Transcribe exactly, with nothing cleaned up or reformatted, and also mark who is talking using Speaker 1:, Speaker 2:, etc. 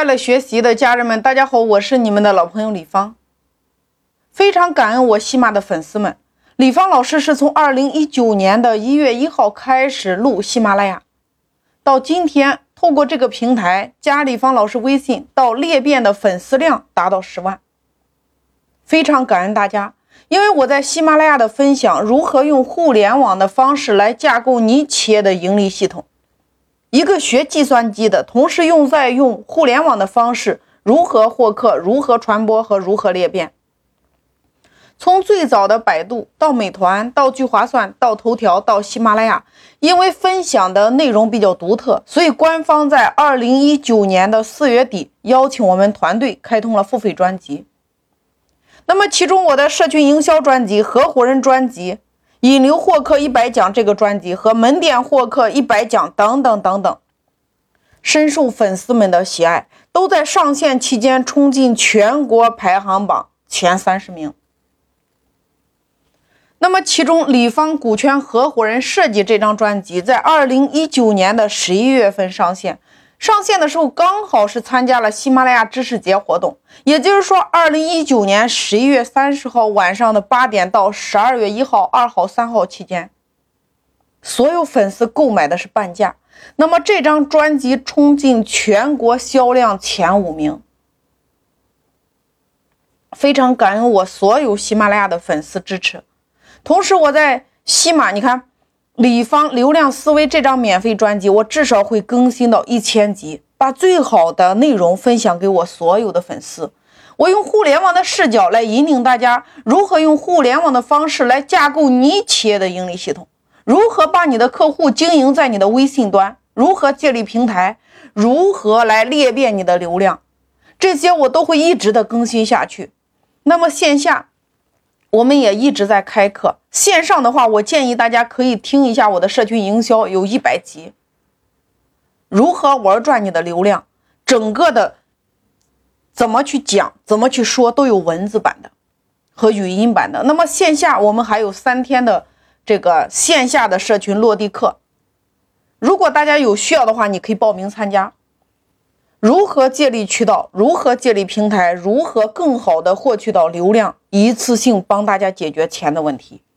Speaker 1: 快乐学习的家人们，大家好，我是你们的老朋友李芳。非常感恩我喜马的粉丝们，李芳老师是从二零一九年的一月一号开始录喜马拉雅，到今天透过这个平台加李芳老师微信，到裂变的粉丝量达到十万，非常感恩大家。因为我在喜马拉雅的分享，如何用互联网的方式来架构你企业的盈利系统。一个学计算机的，同时用在用互联网的方式，如何获客，如何传播和如何裂变。从最早的百度到美团，到聚划算，到头条，到喜马拉雅，因为分享的内容比较独特，所以官方在二零一九年的四月底邀请我们团队开通了付费专辑。那么其中我的社群营销专辑、合伙人专辑、引流获客一百讲这个专辑和门店获客一百讲等等等等，深受粉丝们的喜爱，都在上线期间冲进全国排行榜前三十名。那么其中李芳股权合伙人设计这张专辑在二零一九年的十一月份上线，上线的时候刚好是参加了喜马拉雅知识节活动，也就是说二零一九年十一月三十号晚上的八点到十二月一号、二号、三号期间，所有粉丝购买的是半价。那么这张专辑冲进全国销量前五名，非常感恩我所有喜马拉雅的粉丝支持。同时我在喜马，你看李芳流量思维这张免费专辑，我至少会更新到一千集，把最好的内容分享给我所有的粉丝。我用互联网的视角来引领大家如何用互联网的方式来架构你企业的盈利系统，如何把你的客户经营在你的微信端，如何建立平台，如何来裂变你的流量，这些我都会一直的更新下去。那么线下我们也一直在开课，线上的话我建议大家可以听一下我的社群营销，有一百集，如何玩转你的流量，整个的怎么去讲怎么去说都有文字版的和语音版的。那么线下我们还有三天的这个线下的社群落地课，如果大家有需要的话，你可以报名参加。如何建立渠道，如何建立平台，如何更好的获取到流量，一次性帮大家解决钱的问题。